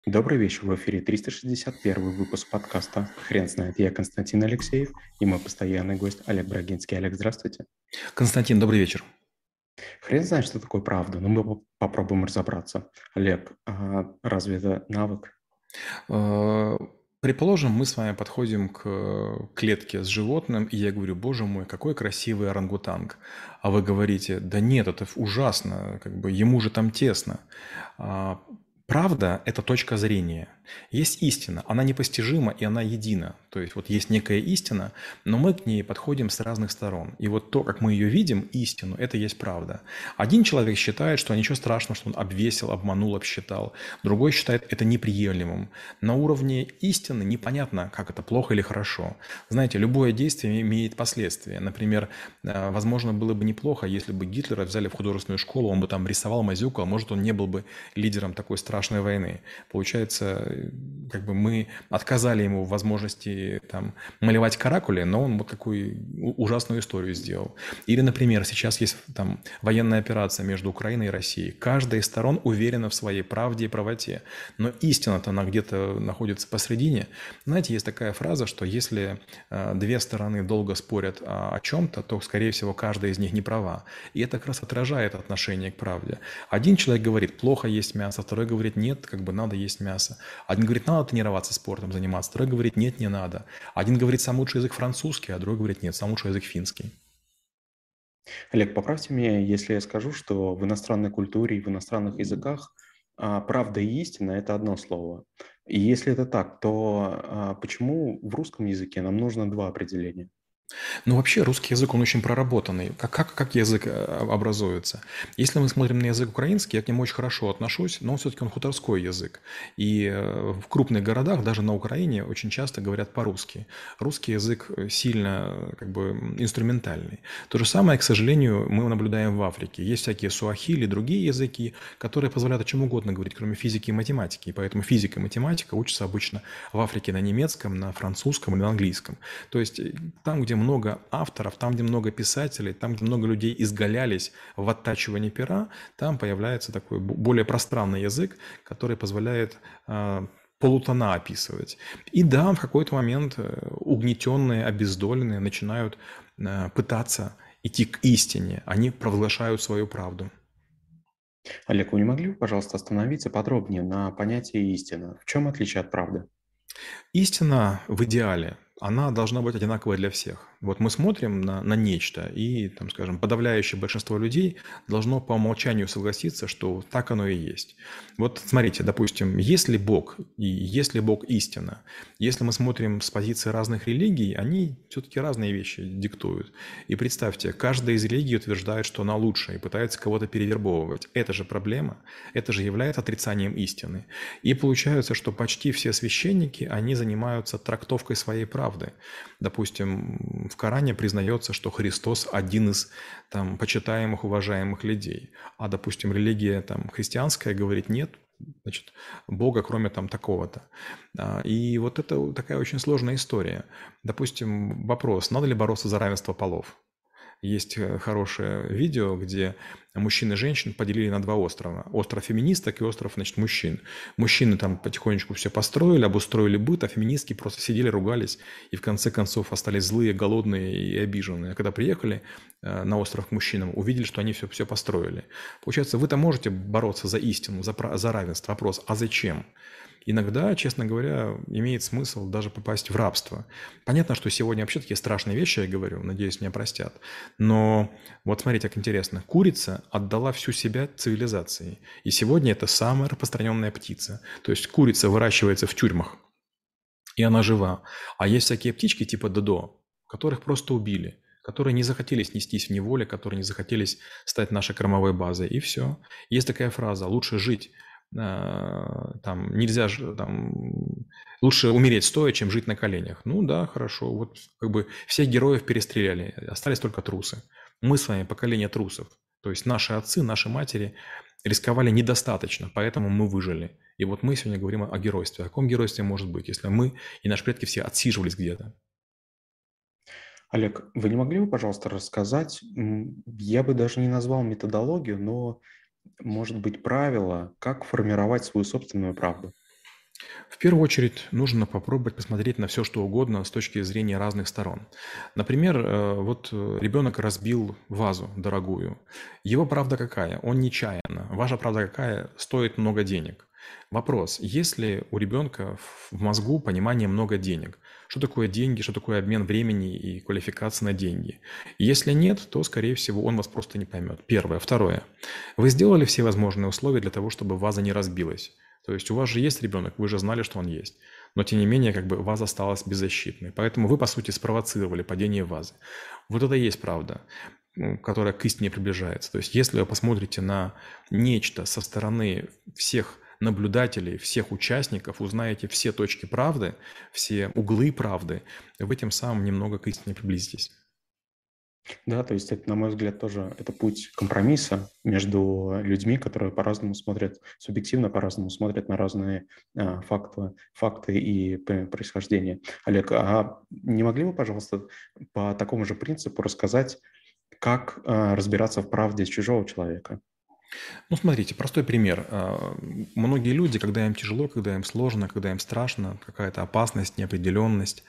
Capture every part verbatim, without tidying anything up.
Добрый вечер, в эфире триста шестьдесят первый выпуск подкаста «Хрен знает». Я Константин Алексеев и мой постоянный гость Олег Брагинский. Олег, здравствуйте. Константин, добрый вечер. Хрен знает, что такое правда, но мы поп- попробуем разобраться. Олег, а разве это навык? Э, Предположим, мы с вами подходим к клетке с животным, и я говорю: боже мой, какой красивый орангутанг. А вы говорите: да нет, это ф- ужасно, как бы ему же там тесно. А, Правда– это точка зрения. Есть истина, она непостижима и она едина. То есть вот есть некая истина, но мы к ней подходим с разных сторон. И вот то, как мы ее видим, истину, это есть правда. Один человек считает, что ничего страшного, что он обвесил, обманул, обсчитал. Другой считает это неприемлемым. На уровне истины непонятно, как это плохо или хорошо. Знаете, любое действие имеет последствия. Например, э, возможно, было бы неплохо, если бы Гитлера взяли в художественную школу, он бы там рисовал, мазюкал, может, он не был бы лидером такой страшной войны. Получается, э, как бы мы отказали ему в возможности там малевать каракули, но он вот такую ужасную историю сделал. Или, например, сейчас есть там военная операция между Украиной и Россией. Каждая из сторон уверена в своей правде и правоте. Но истина-то она где-то находится посредине. Знаете, есть такая фраза, что если э, две стороны долго спорят о, о чем-то, то, скорее всего, каждая из них не права. И это как раз отражает отношение к правде. Один человек говорит, плохо есть мясо, второй говорит, нет, как бы надо есть мясо. Один говорит, надо тренироваться спортом, заниматься, второй говорит, нет, не надо. Один говорит, самый лучший язык французский, а другой говорит, нет, самый лучший язык финский. Олег, поправьте меня, если я скажу, что в иностранной культуре и в иностранных языках а, правда и истина– это одно слово. И если это так, то а, почему в русском языке нам нужно два определения? Ну, вообще, русский язык, он очень проработанный. Как, как, как язык э, образуется? Если мы смотрим на язык украинский, я к нему очень хорошо отношусь, но все-таки он хуторской язык. И э, в крупных городах, даже на Украине, очень часто говорят по-русски. Русский язык э, сильно э, как бы инструментальный. То же самое, к сожалению, мы наблюдаем в Африке. Есть всякие суахили, другие языки, которые позволяют о чем угодно говорить, кроме физики и математики. И поэтому физика и математика учатся обычно в Африке на немецком, на французском или на английском. То есть э, там, где много авторов, там, где много писателей, там, где много людей изгалялись в оттачивании пера, там появляется такой более пространный язык, который позволяет э, полутона описывать. И да, в какой-то момент э, угнетенные, обездоленные начинают э, пытаться идти к истине. Они провозглашают свою правду. Олег, вы не могли бы, пожалуйста, остановиться подробнее на понятии истина? В чем отличие от правды? Истина в идеале, она должна быть одинаковой для всех. Вот мы смотрим на, на нечто, и, там, скажем, подавляющее большинство людей должно по умолчанию согласиться, что так оно и есть. Вот смотрите, допустим, есть ли Бог, и есть ли Бог истина? Если мы смотрим с позиции разных религий, они все-таки разные вещи диктуют. И представьте, каждая из религий утверждает, что она лучше, и пытается кого-то перевербовывать. Это же проблема, это же является отрицанием истины. И получается, что почти все священники, они занимаются трактовкой своей правды. Допустим, в Коране признается, что Христос один из там, почитаемых, уважаемых людей. А, допустим, религия там, христианская говорит, нет, значит, Бога, кроме там такого-то. А, И вот это такая очень сложная история. Допустим, вопрос, надо ли бороться за равенство полов? Есть э, хорошее видео, где мужчин и женщин поделили на два острова. Остров феминисток и остров, значит, мужчин. Мужчины там потихонечку все построили, обустроили быт, а феминистки просто сидели, ругались и в конце концов остались злые, голодные и обиженные. А когда приехали э, на остров к мужчинам, увидели, что они все, все построили. Получается, вы-то можете бороться за истину, за, пра- за равенство. Вопрос, а зачем? Иногда, честно говоря, имеет смысл даже попасть в рабство. Понятно, что сегодня вообще такие страшные вещи я говорю, надеюсь, меня простят. Но вот смотрите, как интересно. Курица отдала всю себя цивилизации. И сегодня это самая распространенная птица. То есть курица выращивается в тюрьмах, и она жива. А есть всякие птички типа додо, которых просто убили, которые не захотели снестись в неволе, которые не захотели стать нашей кормовой базой. И все. Есть такая фраза «лучше жить а, там нельзя же там лучше умереть стоя, чем жить на коленях». Ну да, хорошо. Вот как бы всех героев перестреляли, остались только трусы. Мы с вами поколение трусов. То есть наши отцы, наши матери рисковали недостаточно, поэтому мы выжили. И вот мы сегодня говорим о геройстве. О каком геройстве может быть, если мы и наши предки все отсиживались где-то? Олег, вы не могли бы, пожалуйста, рассказать, м, я бы даже не назвал методологию, но, может быть, правила, как формировать свою собственную правду? первую очередь нужно попробовать посмотреть на все, что угодно с точки зрения разных сторон. Например, э, вот э, ребенок разбил вазу дорогую. Его правда какая? Он нечаянно. Ваша правда какая? Стоит много денег. Вопрос, есть ли у ребенка в мозгу понимание много денег? Что такое деньги, что такое обмен времени и квалификация на деньги? Если нет, то, скорее всего, он вас просто не поймет. Первое. Второе. Вы сделали все возможные условия для того, чтобы ваза не разбилась. То есть у вас же есть ребенок, вы же знали, что он есть. Но тем не менее, как бы ваза осталась беззащитной. Поэтому вы, по сути, спровоцировали падение вазы. Вот это и есть правда, м, которая к истине приближается. То есть если вы посмотрите на нечто со стороны всех наблюдателей, всех участников, узнаете все точки правды, все углы правды, вы тем самым немного к истине приблизитесь. Да, то есть это, на мой взгляд, тоже это путь компромисса между людьми, которые по-разному смотрят, субъективно по-разному смотрят на разные а, факты, факты и п- происхождение. Олег, а не могли бы, пожалуйста, по такому же принципу рассказать, как а, разбираться в правде чужого человека? Ну, смотрите, простой пример. А, Многие люди, когда им тяжело, когда им сложно, когда им страшно, какая-то опасность, неопределенность,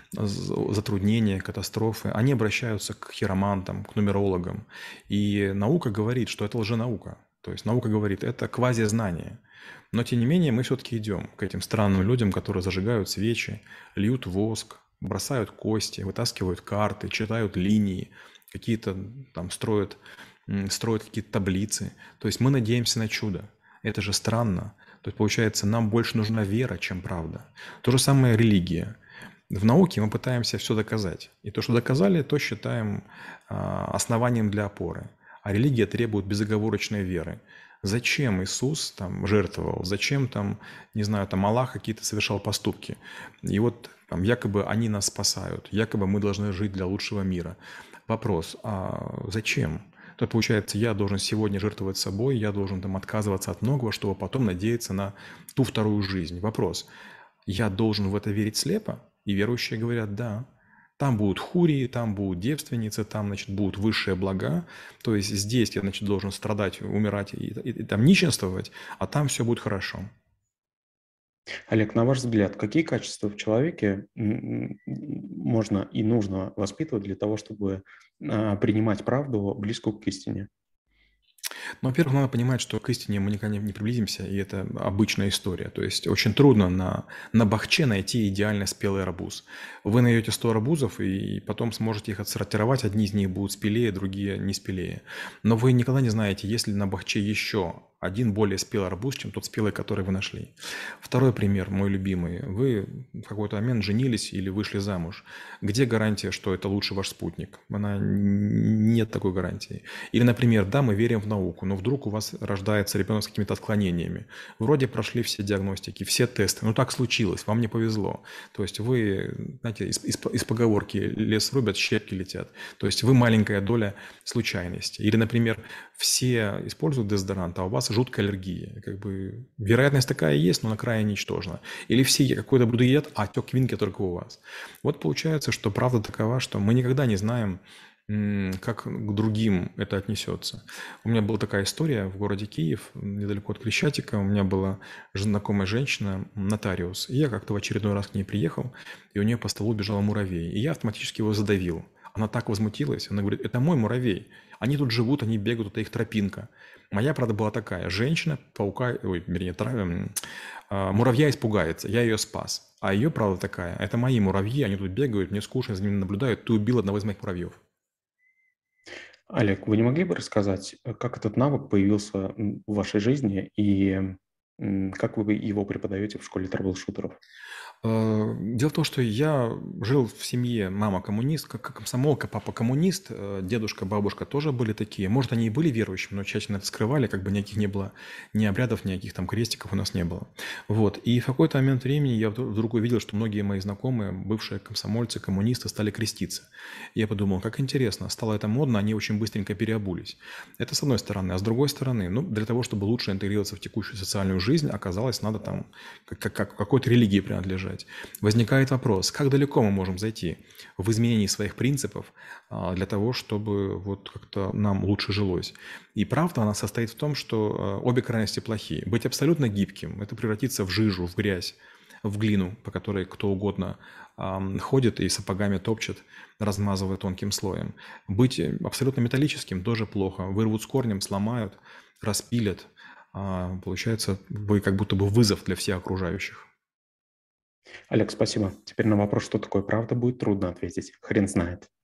з- затруднения, катастрофы, они обращаются к хиромантам, к нумерологам. И наука говорит, что это лженаука. То есть наука говорит, это квазизнание. Но тем не менее мы все-таки идем к этим странным людям, которые зажигают свечи, льют воск, бросают кости, вытаскивают карты, читают линии, какие-то там строят, м, строят какие-то таблицы. То есть мы надеемся на чудо. Это же странно. То есть получается, нам больше нужна вера, чем правда. То же самое религия. В науке мы пытаемся все доказать. И то, что доказали, то считаем а, основанием для опоры. А религия требует безоговорочной веры. Зачем Иисус там жертвовал? Зачем там, не знаю, там Аллах какие-то совершал поступки? И вот там, якобы они нас спасают, якобы мы должны жить для лучшего мира. Вопрос, а зачем? То получается, я должен сегодня жертвовать собой, я должен там отказываться от многого, чтобы потом надеяться на ту вторую жизнь. Вопрос, я должен в это верить слепо? И верующие говорят, да. Там будут хурии, там будут девственницы, там, значит, будут высшие блага. То есть здесь я, значит, должен страдать, умирать и, и- и там нищенствовать, а там все будет хорошо. Олег, на ваш взгляд, какие качества в человеке м, м, можно и нужно воспитывать для того, чтобы а, принимать правду близкую к истине? Но, во-первых, надо понимать, что к истине мы никогда не не приблизимся, и это обычная история. То есть очень трудно на, на бахче найти идеально спелый арбуз. Вы найдете сто арбузов, и потом сможете их отсортировать. Одни из них будут спелее, другие не спелее. Но вы никогда не знаете, есть ли на бахче еще один более спелый арбуз, чем тот спелый, который вы нашли. Второй пример, мой любимый. Вы в какой-то момент женились или вышли замуж. Где гарантия, что это лучше ваш спутник? Она нет такой гарантии. Или, например, да, мы верим в науку, но вдруг у вас рождается ребенок с какими-то отклонениями. Вроде прошли все диагностики, все тесты, но так случилось, вам не повезло. То есть вы, знаете, из, из, из поговорки «лес рубят, щепки летят». То есть вы маленькая доля случайности. Или, например, все используют дезодорант, а у вас жуткая аллергия. Как бы вероятность такая есть, но на крайне ничтожна. Или все какое-то блюдо едят, а отек винки только у вас. Вот получается, что правда такова, что мы никогда не знаем, м, как к другим это отнесется. У меня была такая история в городе Киев, недалеко от Крещатика. У меня была знакомая женщина, нотариус. И я как-то в очередной раз к ней приехал, и у нее по столу бежал муравей. И я автоматически его задавил. Она так возмутилась. Она говорит, это мой муравей. Они тут живут, они бегают, это их тропинка. Моя, правда, была такая. Женщина, паука, ой, вернее, тра- м, а, муравья испугается. Я ее спас. А ее, правда, такая. Это мои муравьи, они тут бегают, мне скучно, за ними наблюдают. Ты убил одного из моих муравьев. Олег, вы не могли бы рассказать, э, как этот навык появился м, в вашей жизни и м, как вы его преподаете в школе трэбл-шутеров? Э, Дело в том, что я жил в семье, мама коммунистка, к- комсомолка, папа коммунист, э, дедушка, бабушка тоже были такие. Может, они и были верующими, но тщательно это скрывали, как бы никаких не было, ни обрядов, никаких там крестиков у нас не было. Вот. И в какой-то момент времени я вдруг вдруг увидел, что многие мои знакомые, бывшие комсомольцы, коммунисты, стали креститься. И я подумал, как интересно, стало это модно, они очень быстренько переобулись. Это с одной стороны. А с другой стороны, ну, для того, чтобы лучше интегрироваться в текущую социальную жизнь, оказалось, надо там как, как, как какой-то религии принадлежать. Возникает вопрос, как далеко мы можем зайти в изменении своих принципов а, для того, чтобы вот как-то нам лучше жилось. И правда она состоит в том, что а, обе крайности плохие. Быть абсолютно гибким– это превратиться в жижу, в грязь. в глину, по которой кто угодно ам, ходит и сапогами топчет, размазывая тонким слоем. Быть э, абсолютно металлическим тоже плохо. Вырвут с корнем, сломают, распилят. А, получается, вы как будто бы вызов для всех окружающих. Олег, спасибо. Теперь на вопрос, что такое правда, будет трудно ответить. Хрен знает.